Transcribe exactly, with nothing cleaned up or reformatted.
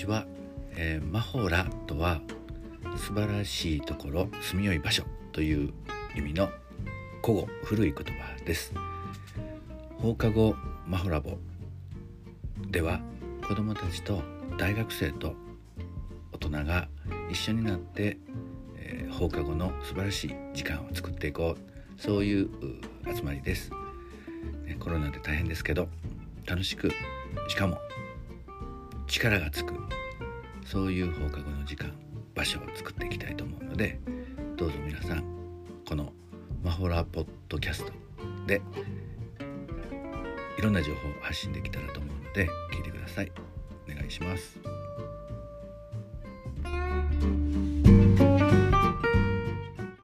ちは、えー、マホラとは素晴らしいところ、住みよい場所という意味の古語、古い言葉です。放課後マホラボでは子どもたちと大学生と大人が一緒になって、えー、放課後の素晴らしい時間を作っていこう、そういう集まりです、ね、コロナで大変ですけど楽しく、しかも力がつく、そういう放課後の時間、場所を作っていきたいと思うので、どうぞ皆さんこのマホラポッドキャストでいろんな情報を発信できたらと思うので聞いてください。お願いします。